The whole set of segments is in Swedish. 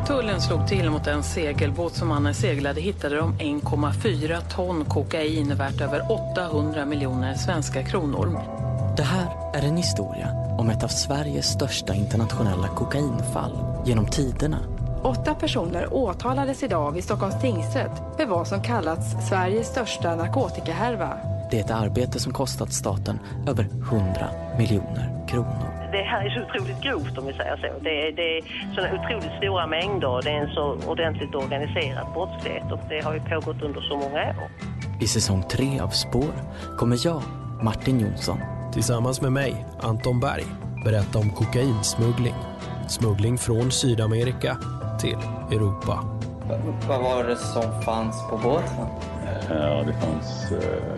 Tullen slog till mot en segelbåt som mannen seglade, hittade de 1,4 ton kokain värt över 800 miljoner svenska kronor. Det här är en historia om ett av Sveriges största internationella kokainfall genom tiderna. 8 personer åtalades idag vid Stockholms tingsrätt för vad som kallats Sveriges största narkotikahärva. Det är ett arbete som kostat staten över 100 miljoner kronor. Det här är så otroligt grovt, om vi säger så. Det är sådana otroligt stora mängder. Det är en så ordentligt organiserad brottslighet och det har ju pågått under så många år. I säsong 3 av Spår kommer jag, Martin Jonsson, tillsammans med mig, Anton Berg, berätta om kokainsmuggling. Smuggling från Sydamerika till Europa. Vad var det som fanns på båten? Ja, det fanns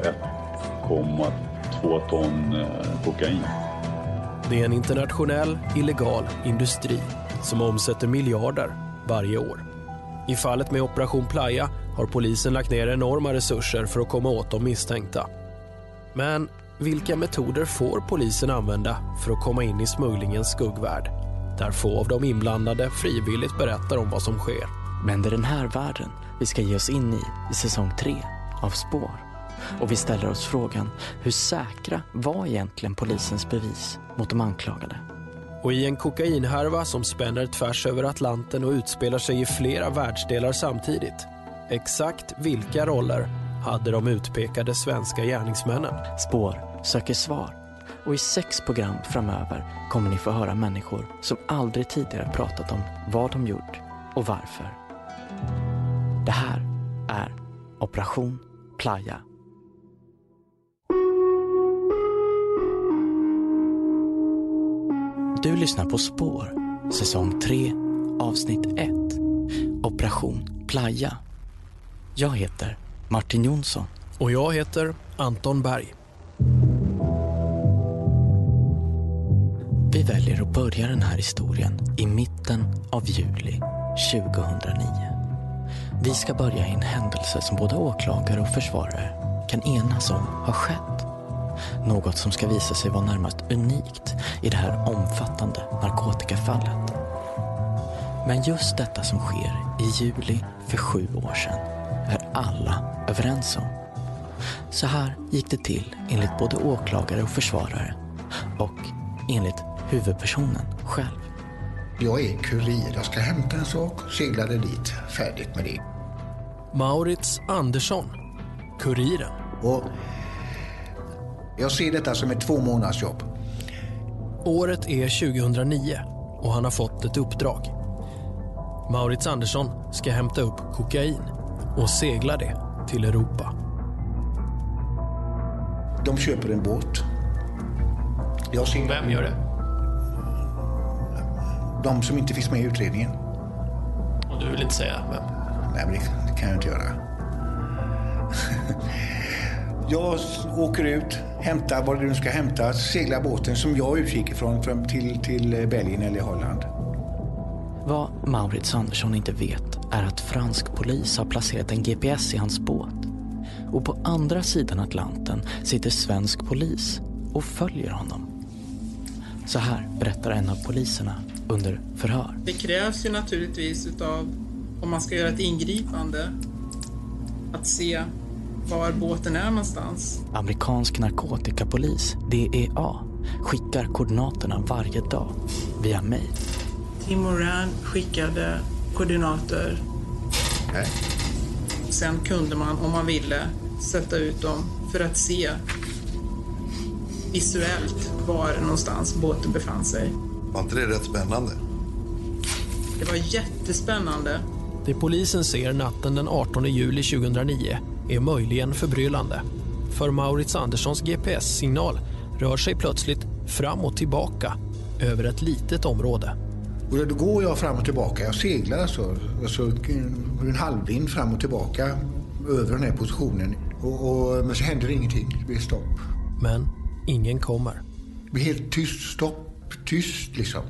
1,2 ton kokain. Det är en internationell illegal industri som omsätter miljarder varje år. I fallet med Operation Playa har polisen lagt ner enorma resurser för att komma åt de misstänkta. Men vilka metoder får polisen använda för att komma in i smugglingens skuggvärld? Där få av de inblandade frivilligt berättar om vad som sker. Men det är den här världen vi ska ge oss in i säsong 3 av Spår. Och vi ställer oss frågan, hur säkra var egentligen polisens bevis mot de anklagade? Och i en kokainhärva som spänner tvärs över Atlanten och utspelar sig i flera världsdelar samtidigt. Exakt vilka roller hade de utpekade svenska gärningsmännen? Spår söker svar. Och i 6 program framöver kommer ni få höra människor som aldrig tidigare pratat om vad de gjort och varför. Det här är Operation Playa. Du lyssnar på Spår, säsong 3, avsnitt 1, Operation Playa. Jag heter Martin Jonsson. Och jag heter Anton Berg. Vi väljer att börja den här historien i mitten av juli 2009. Vi ska börja i en händelse som både åklagare och försvarare kan enas om har skett. Något som ska visa sig vara närmast unikt i det här omfattande narkotikafallet. Men just detta som sker i juli för 7 år sedan är alla överens om. Så här gick det till enligt både åklagare och försvarare och enligt huvudpersonen själv. Jag är kurir. Jag ska hämta en sak, seglade dit, färdigt med det. Maurits Andersson, kuriren. Och jag ser detta som ett 2 månaders jobb. Året är 2009 och han har fått ett uppdrag. Maurits Andersson ska hämta upp kokain och segla det till Europa. De köper en båt. Vem gör det? De som inte finns med i utredningen. Och du vill inte säga vem? Nej, men det kan jag inte göra. Jag åker ut, hämtar vad du ska hämta, seglar båten som jag utgick ifrån till Belgien eller Holland. Vad Maurits Andersson inte vet är att fransk polis har placerat en GPS i hans båt. Och på andra sidan Atlanten sitter svensk polis och följer honom. Så här berättar en av poliserna under förhör. Det krävs ju naturligtvis utav, om man ska göra ett ingripande, att se var båten är någonstans. Amerikansk narkotikapolis, DEA, skickar koordinaterna varje dag via mejl. Tim Moran skickade koordinater. Nej. Sen kunde man, om man ville, sätta ut dem för att se visuellt var någonstans båten befann sig. Var inte det rätt spännande? Det var jättespännande. Det polisen ser natten den 18 juli 2009 är möjligen förbryllande. För Maurits Anderssons GPS-signal rör sig plötsligt fram och tillbaka över ett litet område. Och då går jag fram och tillbaka. Jag seglar alltså en halvvind fram och tillbaka över den här positionen. Men så händer ingenting. Det blir stopp. Men ingen kommer. Det blir helt tyst, tyst liksom.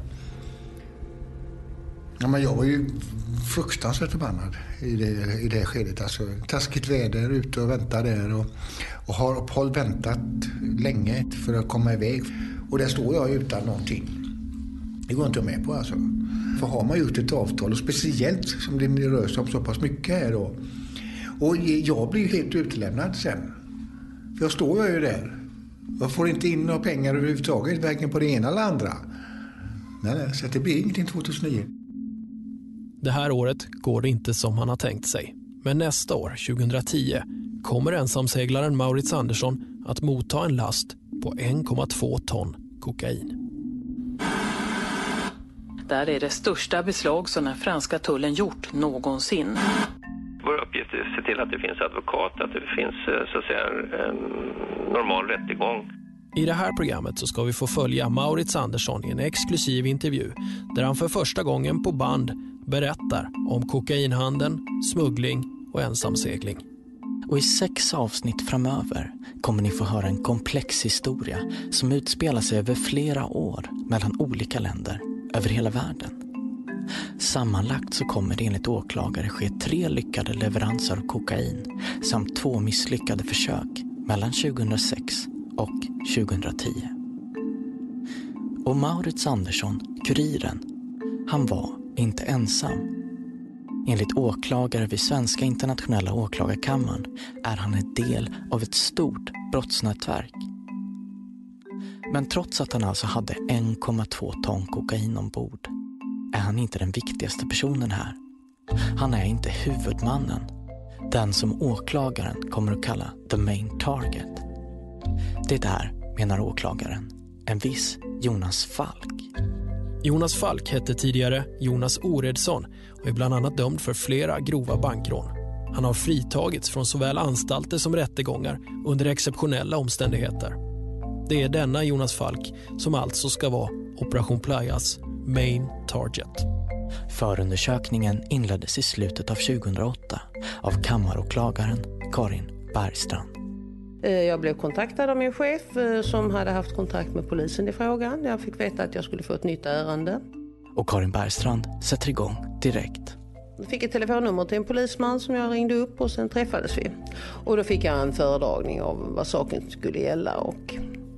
Ja, men jag var ju fruktansvärt förbannad i det skedet. Alltså, taskigt väder, ute och vänta där och har väntat länge för att komma iväg. Och där står jag utan någonting. Det går inte med på alltså. Varför har man gjort ett avtal? Och speciellt som det rör sig om så pass mycket här då. Och jag blir helt utlämnad sen. För jag står ju där. Jag får inte in några pengar överhuvudtaget, varken på det ena eller andra. Nej, så det blir ingenting 2009. Det här året går det inte som han har tänkt sig. Men nästa år, 2010, kommer ensamseglaren Maurits Andersson att motta en last på 1,2 ton kokain. Där är det största beslag som den franska tullen gjort någonsin. Vår uppgift är att se till att det finns advokat, att det finns så att säga en normal rättegång. I det här programmet så ska vi få följa Maurits Andersson i en exklusiv intervju där han för första gången på band berättar om kokainhandeln, smuggling och ensamsegling. Och i 6 avsnitt framöver kommer ni få höra en komplex historia som utspelar sig över flera år mellan olika länder över hela världen. Sammanlagt så kommer det enligt åklagare ske 3 lyckade leveranser av kokain samt 2 misslyckade försök mellan 2006 och 2010. Och Maurits Andersson, kuriren, han var inte ensam. Enligt åklagare vid Svenska internationella åklagarkammaren är han en del av ett stort brottsnätverk. Men trots att han alltså hade 1,2 ton kokain ombord är han inte den viktigaste personen här. Han är inte huvudmannen, den som åklagaren kommer att kalla the main target. Det är, menar åklagaren, en viss Jonas Falk. Jonas Falk hette tidigare Jonas Oredsson och är bland annat dömd för flera grova bankrån. Han har fritagits från såväl anstalter som rättegångar under exceptionella omständigheter. Det är denna Jonas Falk som alltså ska vara Operation Playas main target. Förundersökningen inleddes i slutet av 2008 av kammaråklagaren Karin Bergstrand. Jag blev kontaktad av min chef som hade haft kontakt med polisen i frågan. Jag fick veta att jag skulle få ett nytt ärende. Och Karin Bergstrand sätter igång direkt. Jag fick ett telefonnummer till en polisman som jag ringde upp och sen träffades vi. Och då fick jag en föredragning av vad saken skulle gälla och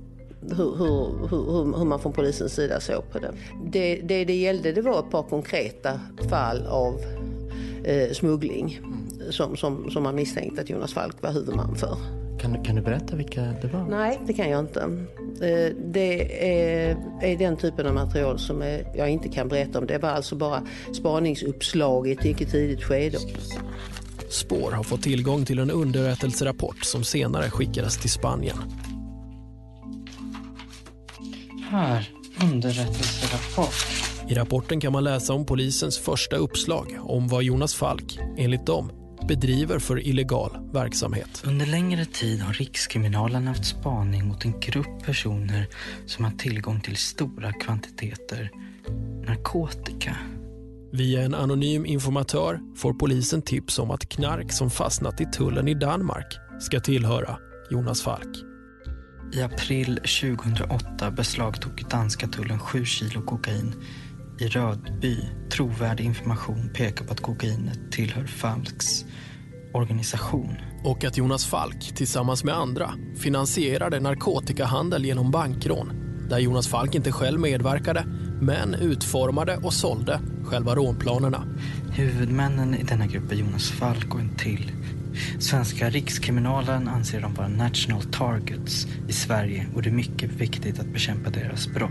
hur man från polisens sida såg på det. Det gällde, det var ett par konkreta fall av smuggling som man misstänkte att Jonas Falk var huvudman för. Kan du berätta vilka det var? Nej, det kan jag inte. Det är den typen av material som jag inte kan berätta om. Det var alltså bara spaningsuppslag i ett mycket tidigt skede. Spår har fått tillgång till en underrättelserapport som senare skickades till Spanien. Här, underrättelserapport. I rapporten kan man läsa om polisens första uppslag om vad Jonas Falk, enligt dem, bedriver för illegal verksamhet. Under längre tid har Rikskriminalen haft spaning mot en grupp personer som har tillgång till stora kvantiteter narkotika. Via en anonym informatör får polisen tips om att knark som fastnat i tullen i Danmark ska tillhöra Jonas Falk. I april 2008 beslagtog danska tullen 7 kilo kokain i Rödby. Trovärdig information pekar på att kokainet tillhör Falks organisation. Och att Jonas Falk tillsammans med andra finansierade narkotikahandel genom bankrån, där Jonas Falk inte själv medverkade men utformade och sålde själva rånplanerna. Huvudmännen i denna grupp är Jonas Falk och en till. Svenska Rikskriminalen anser dem vara national targets i Sverige och det är mycket viktigt att bekämpa deras brott.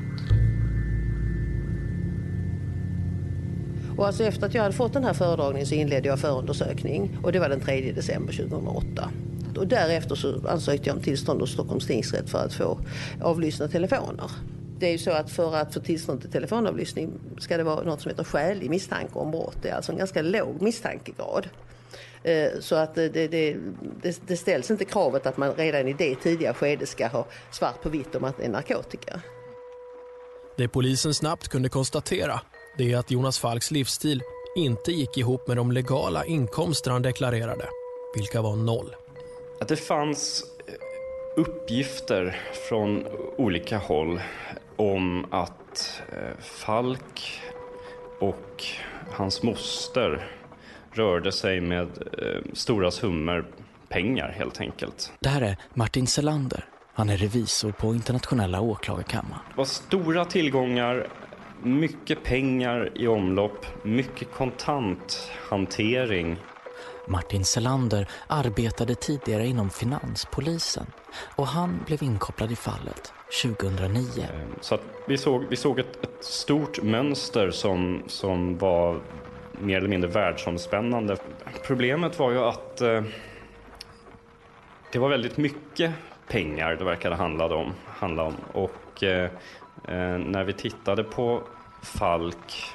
Och alltså efter att jag hade fått den här föredragningen så inledde jag förundersökning och det var den 3 december 2008. Och därefter så ansökte jag om tillstånd hos Stockholms tingsrätt för att få avlyssna telefoner. Det är ju så att för att få tillstånd till telefonavlyssning ska det vara något som heter skälig misstanke om brott. Det är alltså en ganska låg misstankegrad. Så att det ställs inte kravet att man redan i det tidiga skedet ska ha svart på vitt om att det är narkotika. Det polisen snabbt kunde konstatera det är att Jonas Falks livsstil inte gick ihop med de legala inkomster han deklarerade, vilka var 0. Att det fanns uppgifter från olika håll om att Falk och hans moster rörde sig med stora summor pengar helt enkelt. Det här är Martin Selander. Han är revisor på internationella åklagarkammaren. Det var stora tillgångar mycket pengar i omlopp, mycket kontanthantering. Martin Selander arbetade tidigare inom finanspolisen och han blev inkopplad i fallet 2009. Så att vi såg ett stort mönster som var mer eller mindre världsomspännande. Problemet var ju att det var väldigt mycket pengar det verkade handla om. Och när vi tittade på Falk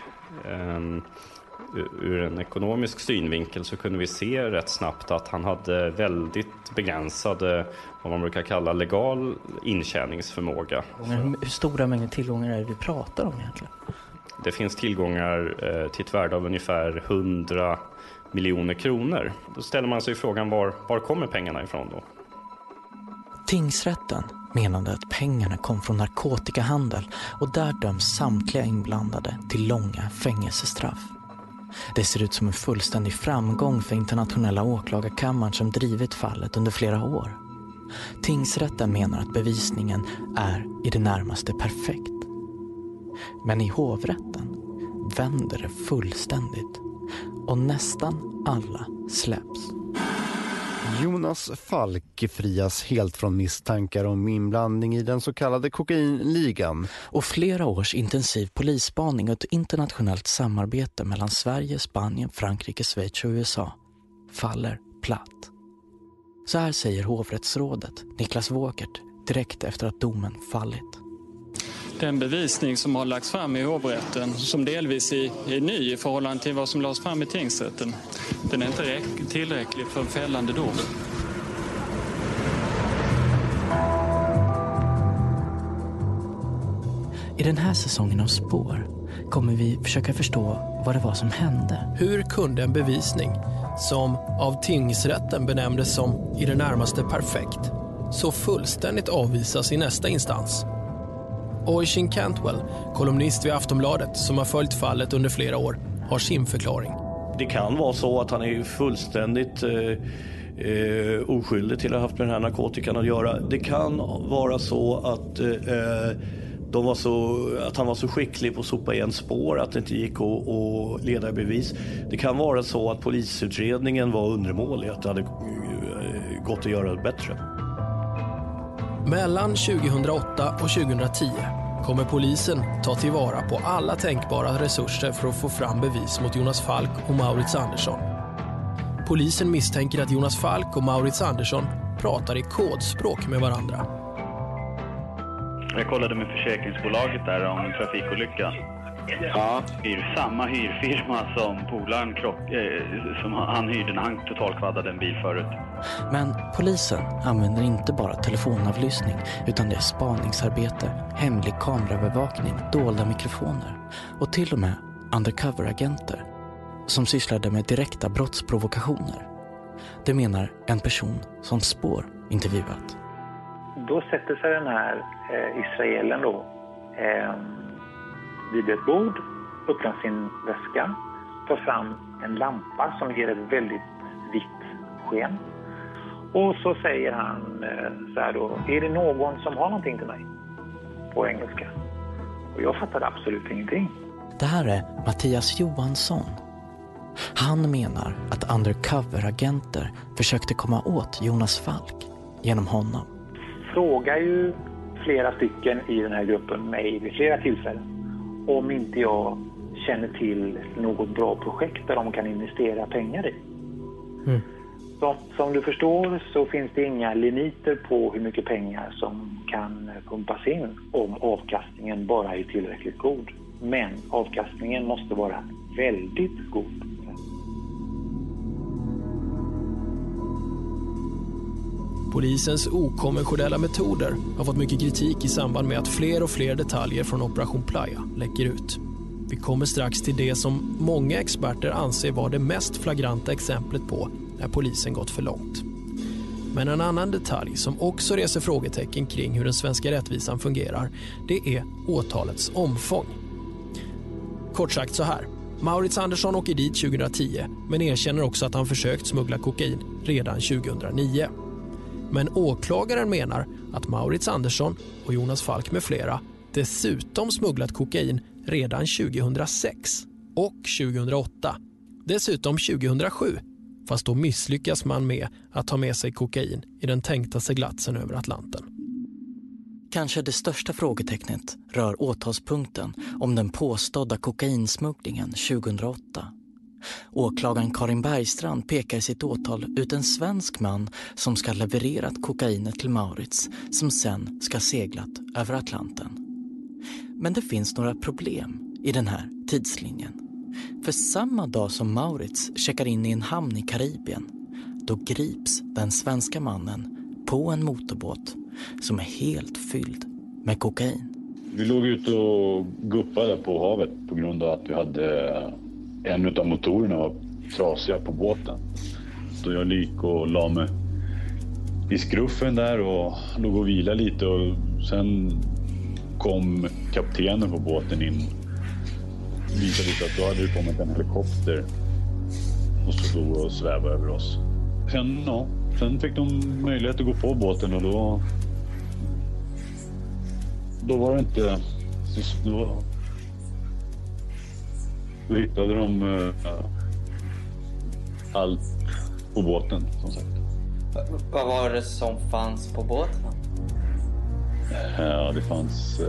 ur en ekonomisk synvinkel så kunde vi se rätt snabbt att han hade väldigt begränsade, vad man brukar kalla legal intjäningsförmåga. Hur stora mängder tillgångar är det vi pratar om egentligen? Det finns tillgångar till ett värde av ungefär 100 miljoner kronor. Då ställer man sig frågan var kommer pengarna ifrån då? Tingsrätten menade att pengarna kom från narkotikahandel och där döms samtliga inblandade till långa fängelsestraff. Det ser ut som en fullständig framgång för internationella åklagarkammaren som drivit fallet under flera år. Tingsrätten menar att bevisningen är i det närmaste perfekt. Men i hovrätten vänder det fullständigt och nästan alla släpps. Jonas Falk frias helt från misstankar om inblandning i den så kallade kokainligan. Och flera års intensiv polisspaning och ett internationellt samarbete mellan Sverige, Spanien, Frankrike, Schweiz och USA faller platt. Så här säger hovrättsrådet Niklas Wågert direkt efter att domen fallit. Den bevisning som har lagts fram i hovrätten, som delvis är ny i förhållande till vad som lades fram i tingsrätten, den är inte tillräcklig för en fällande dom. I den här säsongen av Spår kommer vi försöka förstå vad det var som hände. Hur kunde en bevisning som av tingsrätten benämndes som i det närmaste perfekt så fullständigt avvisas i nästa instans? Oisin Cantwell, kolumnist vid Aftonbladet som har följt fallet under flera år, har sin förklaring. Det kan vara så att han är fullständigt oskyldig till att ha haft med den här narkotikan att göra. Det kan vara så att han var så skicklig på att sopa igen spår att det inte gick att leda bevis. Det kan vara så att polisutredningen var undermålig, att det hade gått att göra det bättre. Mellan 2008 och 2010 kommer polisen ta tillvara på alla tänkbara resurser för att få fram bevis mot Jonas Falk och Maurits Andersson. Polisen misstänker att Jonas Falk och Maurits Andersson pratar i kodspråk med varandra. Jag kollade med försäkringsbolaget där om trafikolyckan. Ja. Det är samma hyrfirma som polaren som han hyrde när han totalkvaddade en bil förut. Men polisen använder inte bara telefonavlyssning utan det är spaningsarbete, hemlig kameraövervakning, dolda mikrofoner och till och med undercover-agenter som sysslade med direkta brottsprovokationer. Det menar en person som Spår intervjuat. Då sätter sig den här israelen då vid ett bord, öppnar sin väska, tar fram en lampa som ger ett väldigt vitt sken. Och så säger han så här då: är det någon som har någonting till mig? På engelska. Och jag fattade absolut ingenting. Det här är Mattias Johansson. Han menar att undercover-agenter försökte komma åt Jonas Falk genom honom. Frågar ju flera stycken i den här gruppen mig vid flera tillfällen om inte jag känner till något bra projekt där de kan investera pengar i. Mm. Som du förstår så finns det inga limiter på hur mycket pengar som kan pumpas in om avkastningen bara är tillräckligt god. Men avkastningen måste vara väldigt god. Polisens okonventionella metoder har fått mycket kritik i samband med att fler och fler detaljer från Operation Playa läcker ut. Vi kommer strax till det som många experter anser vara det mest flagranta exemplet på när polisen gått för långt. Men en annan detalj som också reser frågetecken kring hur den svenska rättvisan fungerar, det är åtalets omfång. Kort sagt så här: Maurits Andersson åker dit 2010 men erkänner också att han försökt smuggla kokain redan 2009. Men åklagaren menar att Maurits Andersson och Jonas Falk med flera dessutom smugglat kokain redan 2006 och 2008. Dessutom 2007, fast då misslyckas man med att ta med sig kokain i den tänkta seglatsen över Atlanten. Kanske det största frågetecknet rör åtalspunkten om den påstådda kokainsmugglingen 2008. Åklagaren Karin Bergstrand pekar i sitt åtal ut en svensk man som ska ha levererat kokainet till Maurits, som sen ska ha seglat över Atlanten. Men det finns några problem i den här tidslinjen. För samma dag som Maurits checkar in i en hamn i Karibien, då grips den svenska mannen på en motorbåt som är helt fylld med kokain. Vi låg ute och guppade på havet på grund av att vi hade en av motorerna var trasiga på båten. Så jag gick och la mig i skruffen där och låg och vila lite, och sen kom kaptenen på båten in. Visade lite att då hade det kommit en helikopter och stod och svävade över oss. Sen fick de möjlighet att gå på båten, och då var det inte... Då hittade de allt på båten, som sagt. Vad var det som fanns på båten? Ja, det fanns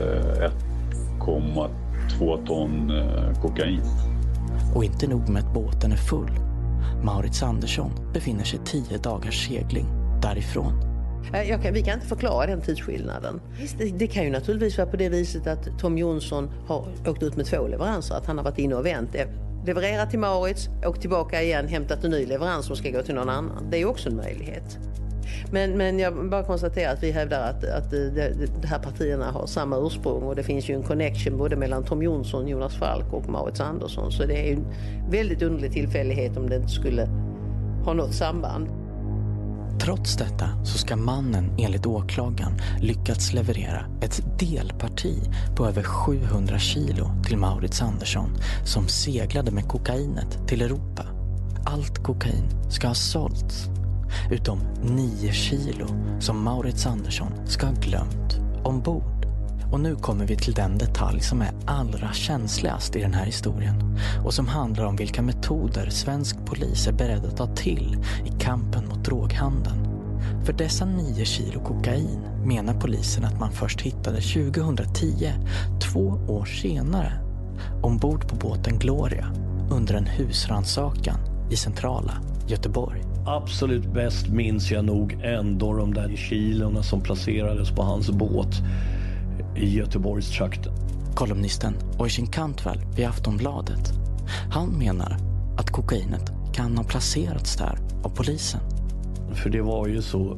1,2 ton kokain. Och inte nog med att båten är full. Maurits Andersson befinner sig 10 dagars segling därifrån. Vi kan inte förklara den tidsskillnaden. Det kan ju naturligtvis vara på det viset att Tom Jonsson har åkt ut med 2 leveranser. Att han har varit inne och vänt. Levererat till Maurits, åkt tillbaka igen, hämtat en ny leverans som ska gå till någon annan. Det är ju också en möjlighet. Men jag bara konstaterar att vi hävdar att de här partierna har samma ursprung. Och det finns ju en connection både mellan Tom Jonsson, Jonas Falk och Maurits Andersson. Så det är ju en väldigt underlig tillfällighet om det inte skulle ha något samband. Trots detta så ska mannen enligt åklagaren lyckats leverera ett delparti på över 700 kilo till Maurits Andersson, som seglade med kokainet till Europa. Allt kokain ska ha sålts, utom 9 kilo som Maurits Andersson ska ha glömt ombord. Och nu kommer vi till den detalj som är allra känsligast i den här historien, och som handlar om vilka metoder svensk polis är beredd att ta till i kampen mot droghandeln. För dessa 9 kilo kokain menar polisen att man först hittade 2010, 2 år senare, ombord på båten Gloria under en husrannsakan i centrala Göteborg. Absolut bäst minns jag nog ändå de där kilorna som placerades på hans båt i Göteborgstrakten. Kolumnisten Oisin Cantwell vid Aftonbladet. Han menar att kokainet kan ha placerats där av polisen. För det var ju så,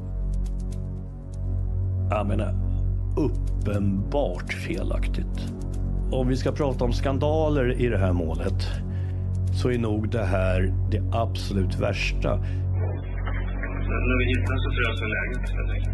uppenbart felaktigt. Om vi ska prata om skandaler i det här målet så är nog det här det absolut värsta. När vi hittar så frös läget, jag tänker.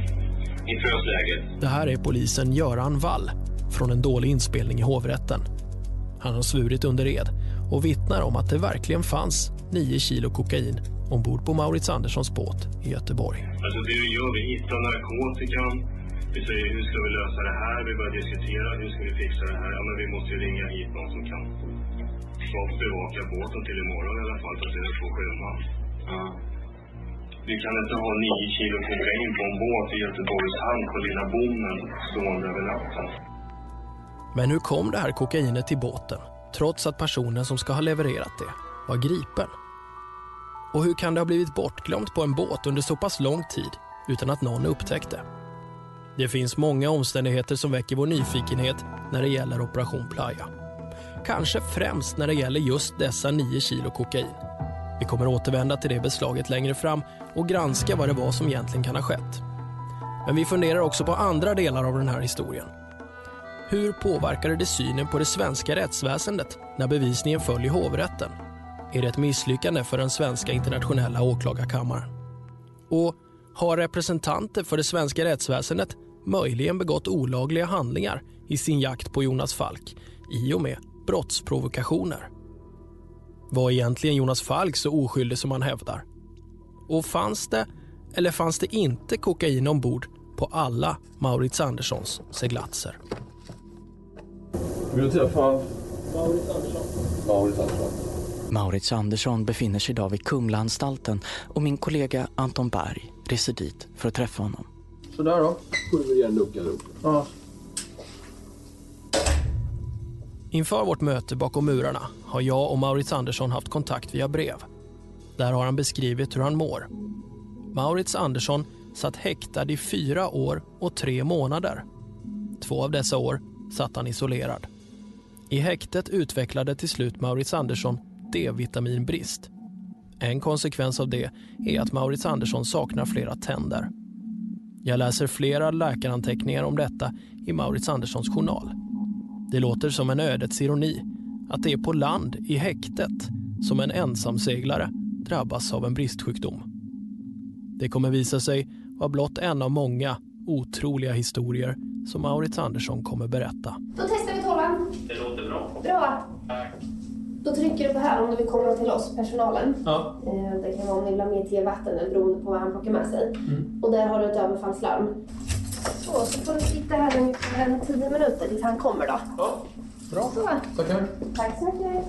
Det här är polisen Göran Wall från en dålig inspelning i hovrätten. Han har svurit under ed och vittnar om att det verkligen fanns 9 kilo kokain ombord på Maurits Anderssons båt i Göteborg. Alltså det vi gör, vi hittar narkotikan. Vi säger, hur ska vi lösa det här? Vi börjar diskutera, hur ska vi fixa det här? Ja, men vi måste ringa hit någon som kan bevaka båten till imorgon i alla fall, för att det får skymma. Ja. Vi kan inte ha 9 kilo kokain på en båt i Göteborgs hamn på lilla bommen stående över natten. Men hur kom det här kokainet till båten, trots att personen som ska ha levererat det var gripen? Och hur kan det ha blivit bortglömt på en båt under så pass lång tid utan att någon upptäckte? Det finns många omständigheter som väcker vår nyfikenhet när det gäller Operation Playa. Kanske främst när det gäller just dessa 9 kilo kokain. Vi kommer återvända till det beslaget längre fram och granska vad det var som egentligen kan ha skett. Men vi funderar också på andra delar av den här historien. Hur påverkade det synen på det svenska rättsväsendet när bevisningen föll i hovrätten? Är det ett misslyckande för den svenska internationella åklagarkammaren? Och har representanter för det svenska rättsväsendet möjligen begått olagliga handlingar i sin jakt på Jonas Falk i och med brottsprovokationer? Var egentligen Jonas Falk så oskyldig som han hävdar? Och fanns det eller fanns det inte kokain ombord på alla Maurits Anderssons seglatser? Vill du träffa Maurits Andersson? Maurits Andersson befinner sig idag vid Kumlaanstalten och min kollega Anton Berg reser dit för att träffa honom. Sådär då. Får du igen luckan upp. Ja. Inför vårt möte bakom murarna har jag och Maurits Andersson haft kontakt via brev. Där har han beskrivit hur han mår. Maurits Andersson satt häktad i 4 år och 3 månader. 2 av dessa år satt han isolerad. I häktet utvecklade till slut Maurits Andersson D-vitaminbrist. En konsekvens av det är att Maurits Andersson saknar flera tänder. Jag läser flera läkaranteckningar om detta i Maurits Anderssons journal. Det låter som en ödets ironi att det är på land i häktet som en ensamseglare drabbas av en bristsjukdom. Det kommer visa sig vara blott en av många otroliga historier som Maurits Andersson kommer berätta. Då testar vi tolvan. Det låter bra. Bra. Tack. Då trycker du på här om du vill komma till oss, personalen. Ja. Det kan vara om ni vill ha mer te, vatten eller beroende på vad han plockar med sig. Och där har du ett överfallslarm. Så får du sitta här ungefär 10 minuter tills han kommer då. Ja, bra. Så. Tackar. Tack så mycket.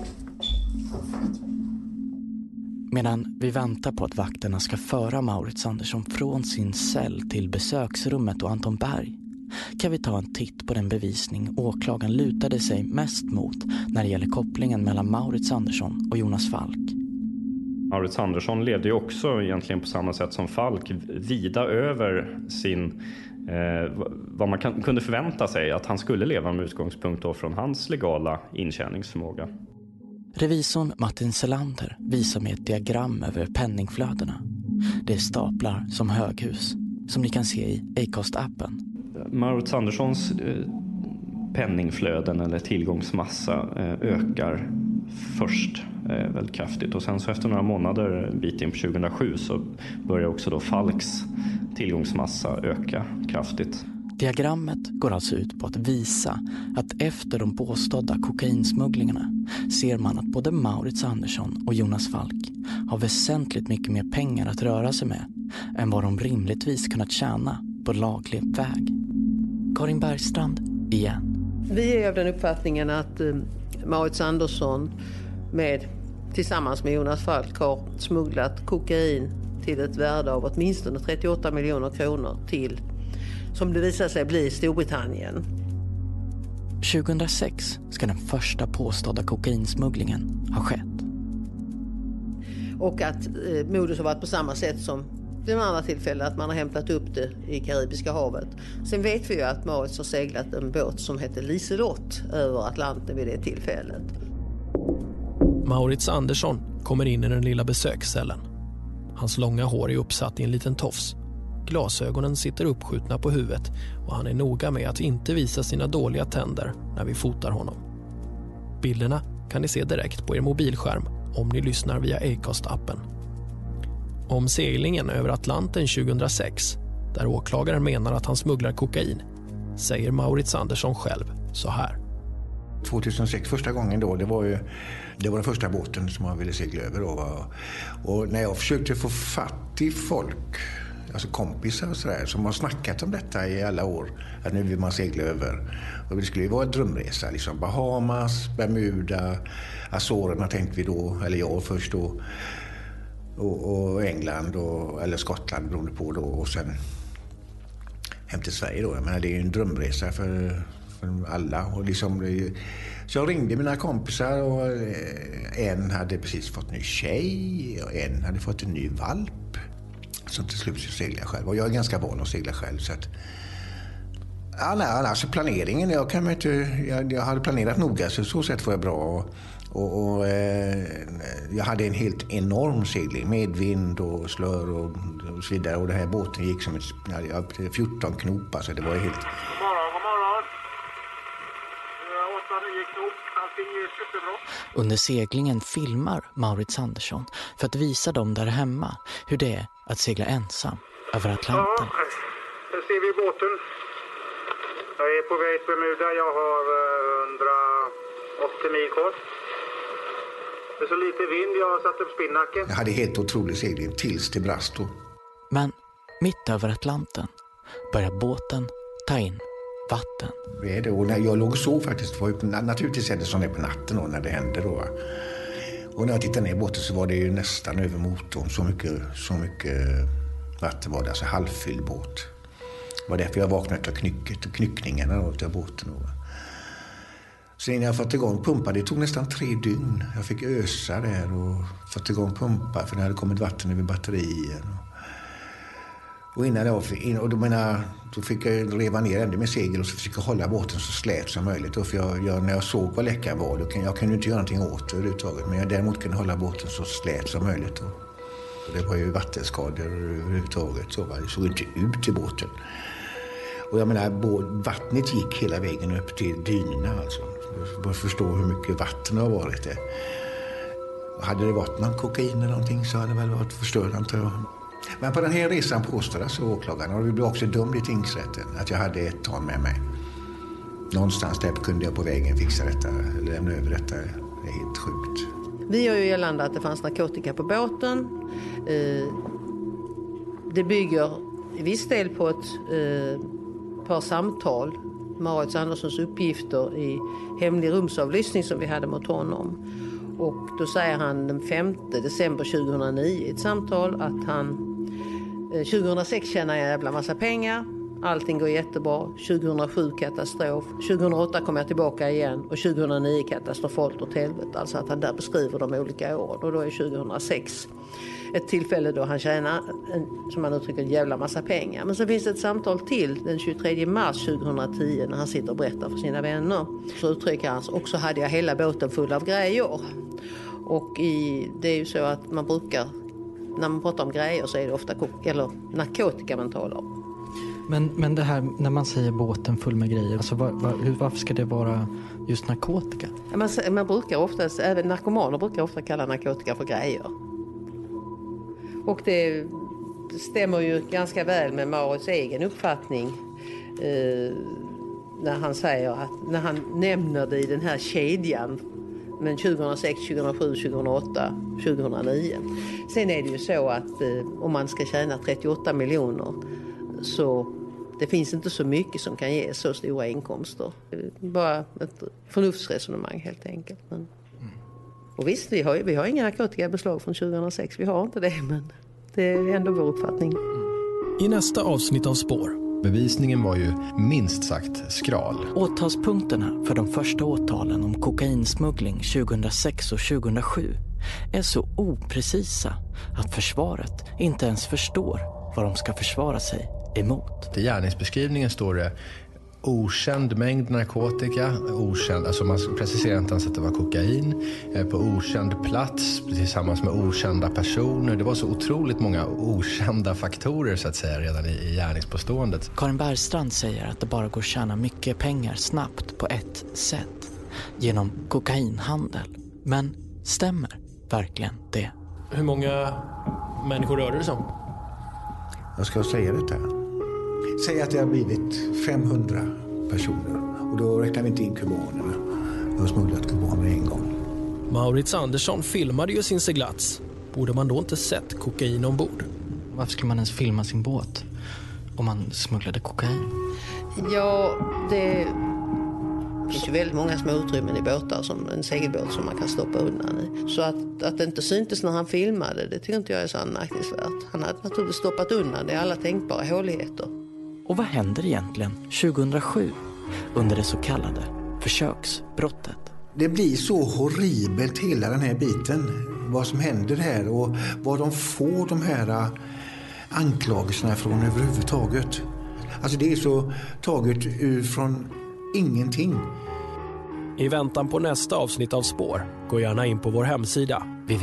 Medan vi väntar på att vakterna ska föra Maurits Andersson från sin cell till besöksrummet och Anton Berg kan vi ta en titt på den bevisning åklagaren lutade sig mest mot när det gäller kopplingen mellan Maurits Andersson och Jonas Falk. Maurits Andersson levde ju också egentligen på samma sätt som Falk vida över sin vad man kunde förvänta sig att han skulle leva med utgångspunkt då från hans legala intjäningsförmåga. Revisorn Martin Selander visar med ett diagram över penningflödena. Det är staplar som höghus, som ni kan se i Acast-appen. Maurits Anderssons penningflöden eller tillgångsmassa ökar först väldigt kraftigt. Och sen så efter några månader, en bit in på 2007, så börjar också då Falks tillgångsmassa öka kraftigt. Diagrammet går alltså ut på att visa att efter de påstådda kokainsmugglingarna ser man att både Maurits Andersson och Jonas Falk har väsentligt mycket mer pengar att röra sig med än vad de rimligtvis kunnat tjäna på laglig väg. Karin Bergstrand igen. Vi är av den uppfattningen att Maurits Andersson tillsammans med Jonas Falk har smugglat kokain till ett värde av åtminstone 38 miljoner kronor till, som det visar sig bli, Storbritannien. 2006 ska den första påstådda kokainsmugglingen ha skett. Och att modus har varit på samma sätt som vid andra tillfällen, att man har hämtat upp det i Karibiska havet. Sen vet vi ju att Maurits har seglat en båt som heter Liselott över Atlanten vid det tillfället. Maurits Andersson kommer in i den lilla besökscellen. Hans långa hår är uppsatt i en liten tofs. Glasögonen sitter uppskjutna på huvudet och han är noga med att inte visa sina dåliga tänder när vi fotar honom. Bilderna kan ni se direkt på er mobilskärm om ni lyssnar via Acast-appen. Om seglingen över Atlanten 2006, där åklagaren menar att han smugglar kokain, säger Maurits Andersson själv så här. 2006 första gången då, det var den första båten som man ville segla över då. Och när jag försökte få fatt i folk, alltså kompisar och sådär, som har snackat om detta i alla år, att nu vill man segla över. Och det skulle ju vara en drömresa, liksom Bahamas, Bermuda, Azorerna tänkte vi då, eller jag först då, och England eller Skottland beroende på då, och sen hem till Sverige då. Men det är ju en drömresa för alla. Och liksom, så jag ringde mina kompisar och en hade precis fått en ny tjej och en hade fått en ny valp. Så till slut så seglade jag själv. Och jag är ganska van att segla själv. Så att, alltså planeringen, jag hade planerat noga, så sätt var jag bra. Och jag hade en helt enorm segling med vind och slör och så vidare. Och den här båten gick som 14 knop, alltså det var helt... God morgon. 8-9 knop, allting är superbra. Under seglingen filmar Maurits Andersson för att visa dem där hemma hur det är att segla ensam över Atlanten. Ja, här ser vi båten. Jag är på väg till Bermuda. Jag har 180 mil kvar. Det är så lite vind, jag har satt upp spinnacken. Jag hade helt otrolig segling tills det brast då. Men mitt över Atlanten börjar båten ta in vatten. Det är det. Och när jag låg och sov faktiskt, naturligtvis är det som det på natten då, när det hände då. Och när jag tittade ner i båten så var det ju nästan över motorn, så mycket vatten var det, alltså halvfylld båt. Det var därför jag vaknade av knyckningarna av båten. Så innan jag fått igång pumpar, det tog nästan 3 dygn. Jag fick ösa där och fått igång pumpar för det hade kommit vatten över batterier. Och innan då fick jag reva ner ända med segel och så försöka hålla båten så slät som möjligt. Och för när jag såg vad läckan var, jag kunde inte göra någonting åt det överhuvudtaget. Men jag däremot kunde hålla båten så slät som möjligt. Och det var ju vattenskador överhuvudtaget. Så det såg inte ut i båten. Och jag menar, vattnet gick hela vägen upp till dynorna alltså. Bara förstå hur mycket vatten har varit det. Hade det varit någon kokain eller någonting så hade det väl varit förstört, antar jag. Men på den här resan påstod alltså åklagaren, och vi blev också dömd i tingsrätten, att jag hade ett ton med mig. Någonstans där kunde jag på vägen fixa detta, lämna över detta. Det är helt sjukt. Vi gör ju gällande att det fanns narkotika på båten. Det bygger i viss del på ett par samtal. Maurits Anderssons uppgifter i hemlig rumsavlyssning som vi hade mot honom. Och då säger han den 5 december 2009 i ett samtal att han 2006 tjänar jag en jävla massa pengar. Allting går jättebra. 2007 katastrof. 2008 kommer jag tillbaka igen. Och 2009 katastrofalt åt helvete. Alltså att han där beskriver de olika åren. Och då är 2006 ett tillfälle då han tjänar, som man uttrycker, en jävla massa pengar. Men så finns det ett samtal till den 23 mars 2010 när han sitter och berättar för sina vänner. Så uttrycker han, och så hade jag hela båten full av grejer. Och det är ju så att man brukar, när man pratar om grejer så är det ofta narkotika man talar om. Men det här när man säger båten full med grejer, alltså varför ska det vara just narkotika? Man brukar oftast, även narkomaner brukar ofta kalla narkotika för grejer. Och det stämmer ju ganska väl med Maurits egen uppfattning när han säger att, när han nämner det i den här kedjan, men 2006, 2007, 2008, 2009. Sen är det ju så att om man ska tjäna 38 miljoner så det finns inte så mycket som kan ge så stora inkomster. Bara ett förnuftsresonemang helt enkelt. Men, och visst, vi har inga narkotikabeslag från 2006. Vi har inte det, men det är ändå vår uppfattning. I nästa avsnitt av Spår. Bevisningen var ju minst sagt skral. Åtalspunkterna för de första åtalen om kokainsmuggling 2006 och 2007 är så oprecisa att försvaret inte ens förstår vad de ska försvara sig emot. I gärningsbeskrivningen står det okänd mängd narkotika, alltså man preciserar inte ens att det var kokain, på okänd plats tillsammans med okända personer. Det var så otroligt många okända faktorer så att säga redan i gärningspåståendet. Karin Bergstrand säger att det bara går att tjäna mycket pengar snabbt på ett sätt, genom kokainhandel. Men stämmer verkligen det? Hur många människor rör det sig om? Jag ska säga detta. Säg att det har blivit 500 personer. Och då räknar vi inte in kubanerna. Jag har smugglat kubaner en gång. Maurits Andersson filmade ju sin seglats. Borde man då inte sett kokain ombord? Varför skulle man ens filma sin båt om man smugglade kokain? Ja, det finns ju väldigt många små utrymmen i båtar, som en segelbåt som man kan stoppa undan i. Så att det inte syntes när han filmade, det tycker inte jag är så anmärkningsvärt. Han hade naturligtvis stoppat undan det i alla tänkbara håligheter. Och vad händer egentligen 2007 under det så kallade försöksbrottet? Det blir så horribelt hela den här biten. Vad som händer här och vad de får de här anklagelserna från överhuvudtaget. Alltså det är så taget från ingenting. I väntan på nästa avsnitt av Spår, gå gärna in på vår hemsida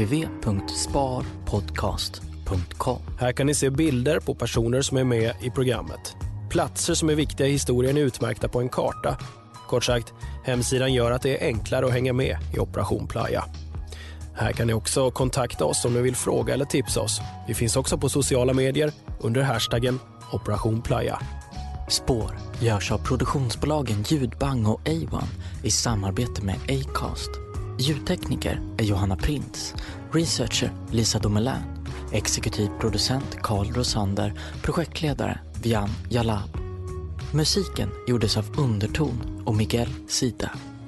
www.sparpodcast.com. Här kan ni se bilder på personer som är med i programmet. Platser som är viktiga i historien är utmärkta på en karta. Kort sagt, hemsidan gör att det är enklare att hänga med i Operation Playa. Här kan ni också kontakta oss om ni vill fråga eller tipsa oss. Vi finns också på sociala medier under hashtaggen Operation Playa. Spår görs av produktionsbolagen Ljudbang och A1 i samarbete med Acast. Ljudtekniker är Johanna Printz, researcher Lisa Domelin, exekutiv producent Carl Rosander, projektledare Vian Jalab. Musiken gjordes av Underton och Miguel Sida.